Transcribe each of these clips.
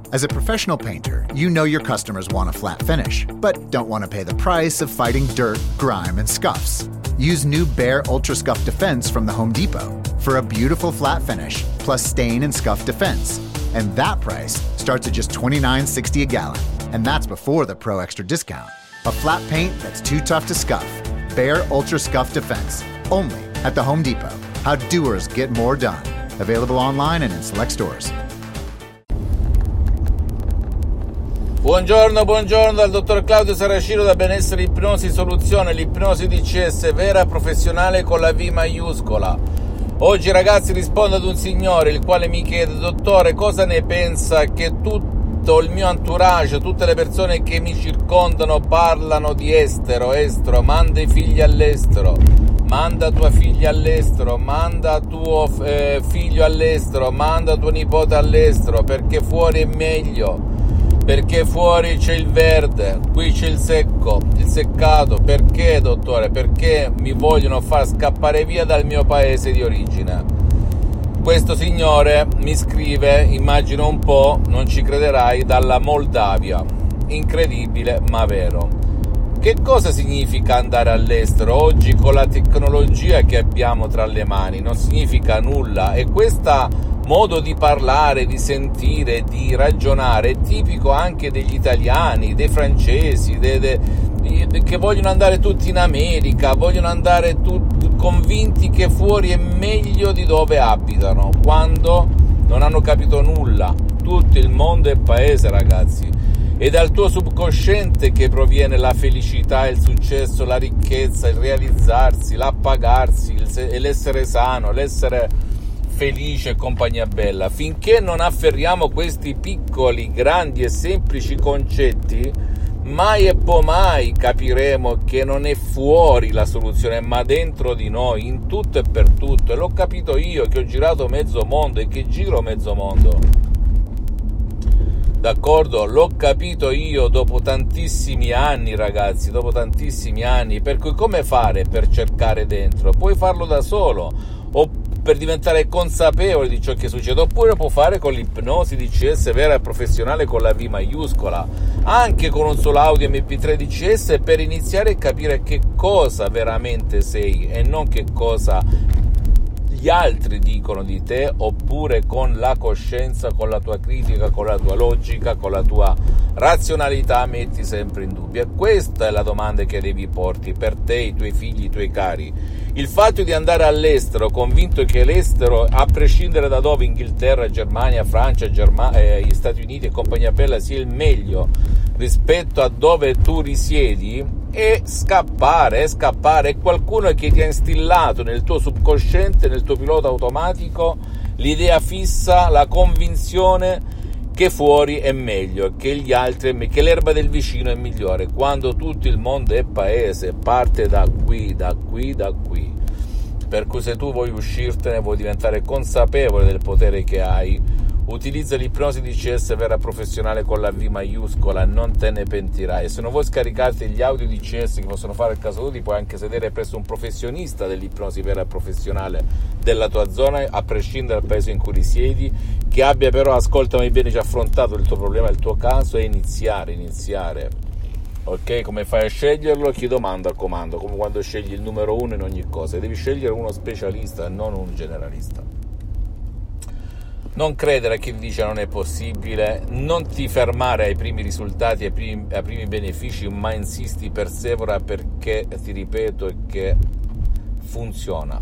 As a professional painter, you know your customers want a flat finish, but don't want to pay the price of fighting dirt, grime, and scuffs. Use new Behr Ultra Scuff Defense from the Home Depot for a beautiful flat finish, plus stain and scuff defense. And that price starts at just $29.60 a gallon. And that's before the Pro Extra discount. A flat paint that's too tough to scuff. Behr Ultra Scuff Defense. Only at the Home Depot. How doers get more done. Available online and in select stores. Buongiorno dal dottor Claudio Saracino da Benessere Ipnosi Soluzione, l'ipnosi DCS vera professionale con la V maiuscola. Oggi ragazzi rispondo ad un signore il quale mi chiede: dottore, cosa ne pensa che tutto il mio entourage, tutte le persone che mi circondano parlano di estero, manda i figli all'estero, manda tua figlia all'estero, manda tuo figlio all'estero, manda tuo nipote all'estero, perché fuori è meglio. Perché fuori c'è il verde, qui c'è il secco, il seccato. Perché, dottore? Perché mi vogliono far scappare via dal mio paese di origine. Questo signore mi scrive, immagino un po', non ci crederai, dalla Moldavia. Incredibile, ma vero. Che cosa significa andare all'estero? Oggi con la tecnologia che abbiamo tra le mani non significa nulla, e questa modo di parlare, di sentire, di ragionare è tipico anche degli italiani, dei francesi, che vogliono andare tutti in America, vogliono andare tutti convinti che fuori è meglio di dove abitano, quando non hanno capito nulla. Tutto il mondo è paese, ragazzi, e dal tuo subconsciente che proviene la felicità, il successo, la ricchezza, il realizzarsi, l'appagarsi, l'essere sano, l'essere felice e compagnia bella. Finché non afferriamo questi piccoli, grandi e semplici concetti, mai e poi mai capiremo che non è fuori la soluzione, ma dentro di noi, in tutto e per tutto. E l'ho capito io, che ho girato mezzo mondo e che giro mezzo mondo. D'accordo? L'ho capito io dopo tantissimi anni, ragazzi, dopo tantissimi anni. Per cui come fare per cercare dentro? Puoi farlo da solo, o per diventare consapevole di ciò che succede, oppure può fare con l'ipnosi DCS vera e professionale con la V maiuscola, anche con un solo audio MP3 DCS, per iniziare a capire che cosa veramente sei e non che cosa gli altri dicono di te, oppure con la coscienza, con la tua critica, con la tua logica, con la tua razionalità metti sempre in dubbio. E questa è la domanda che devi porti per te, i tuoi figli, i tuoi cari. Il fatto di andare all'estero, convinto che l'estero, a prescindere da dove, Inghilterra, Germania, Francia, gli Stati Uniti e compagnia bella, sia il meglio rispetto a dove tu risiedi, è scappare. È qualcuno che ti ha instillato nel tuo subconsciente, nel tuo pilota automatico, l'idea fissa, la convinzione che fuori è meglio, che gli altri, che l'erba del vicino è migliore, quando tutto il mondo è paese, parte da qui. Per cui se tu vuoi uscirtene, vuoi diventare consapevole del potere che hai, utilizza l'ipnosi DCS vera professionale con la V maiuscola, non te ne pentirai. E se non vuoi scaricarti gli audio DCS che possono fare il caso tuo, puoi anche sedere presso un professionista dell'ipnosi vera professionale della tua zona, a prescindere dal paese in cui risiedi, che abbia però, ascoltami bene, già affrontato il tuo problema, il tuo caso, e iniziare. Ok, come fai a sceglierlo? Chiedo mando al comando, come quando scegli il numero uno in ogni cosa. Devi scegliere uno specialista, non un generalista. Non credere a chi dice non è possibile, non ti fermare ai primi risultati, ai primi benefici, ma insisti, persevera, perché ti ripeto che funziona.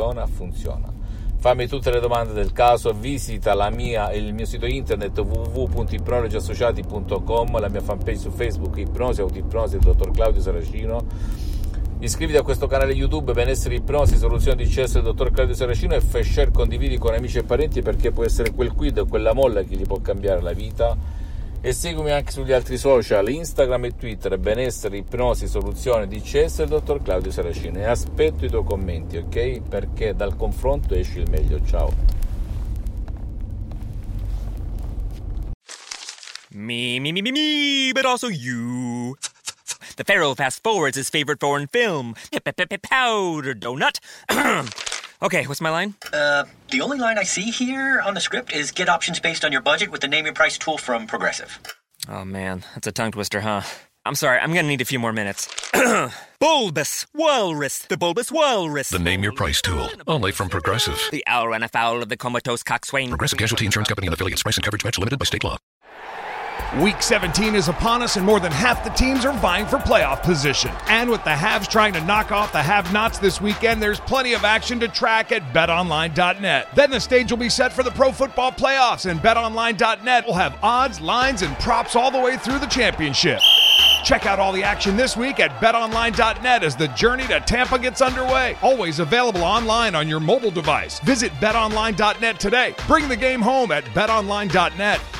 Fammi tutte le domande del caso, visita il mio sito internet www.ipnologiassociati.com, la mia fanpage su Facebook, Ipnosi, Autoipnosi del dottor Claudio Saracino. Iscriviti a questo canale YouTube, Benessere Ipnosi, Soluzione DCS del dottor Claudio Saracino, e fai share, condividi con amici e parenti, perché può essere quel quid o quella molla che gli può cambiare la vita. E seguimi anche sugli altri social, Instagram e Twitter, Benessere Ipnosi Soluzione DCS del dottor Claudio Saracino, e aspetto i tuoi commenti, ok? Perché dal confronto esce il meglio. Ciao. Me, but also you. The Pharaoh fast forwards his favorite foreign film, Powder Donut. Okay, what's my line? The only line I see here on the script is get options based on your budget with the Name Your Price tool from Progressive. Oh man, that's a tongue twister, huh? I'm sorry, I'm gonna need a few more minutes. Bulbous Walrus, the Bulbous Walrus. The Name Your Price tool, only from Progressive. The owl ran afoul of the comatose coxswain. Progressive Casualty Insurance Company and affiliates. Price and coverage match limited by state law. Week 17 is upon us, and more than half the teams are vying for playoff position. And with the haves trying to knock off the have-nots this weekend, there's plenty of action to track at BetOnline.net. Then the stage will be set for the Pro Football Playoffs, and BetOnline.net will have odds, lines, and props all the way through the championship. Check out all the action this week at BetOnline.net as the journey to Tampa gets underway. Always available online on your mobile device. Visit BetOnline.net today. Bring the game home at BetOnline.net.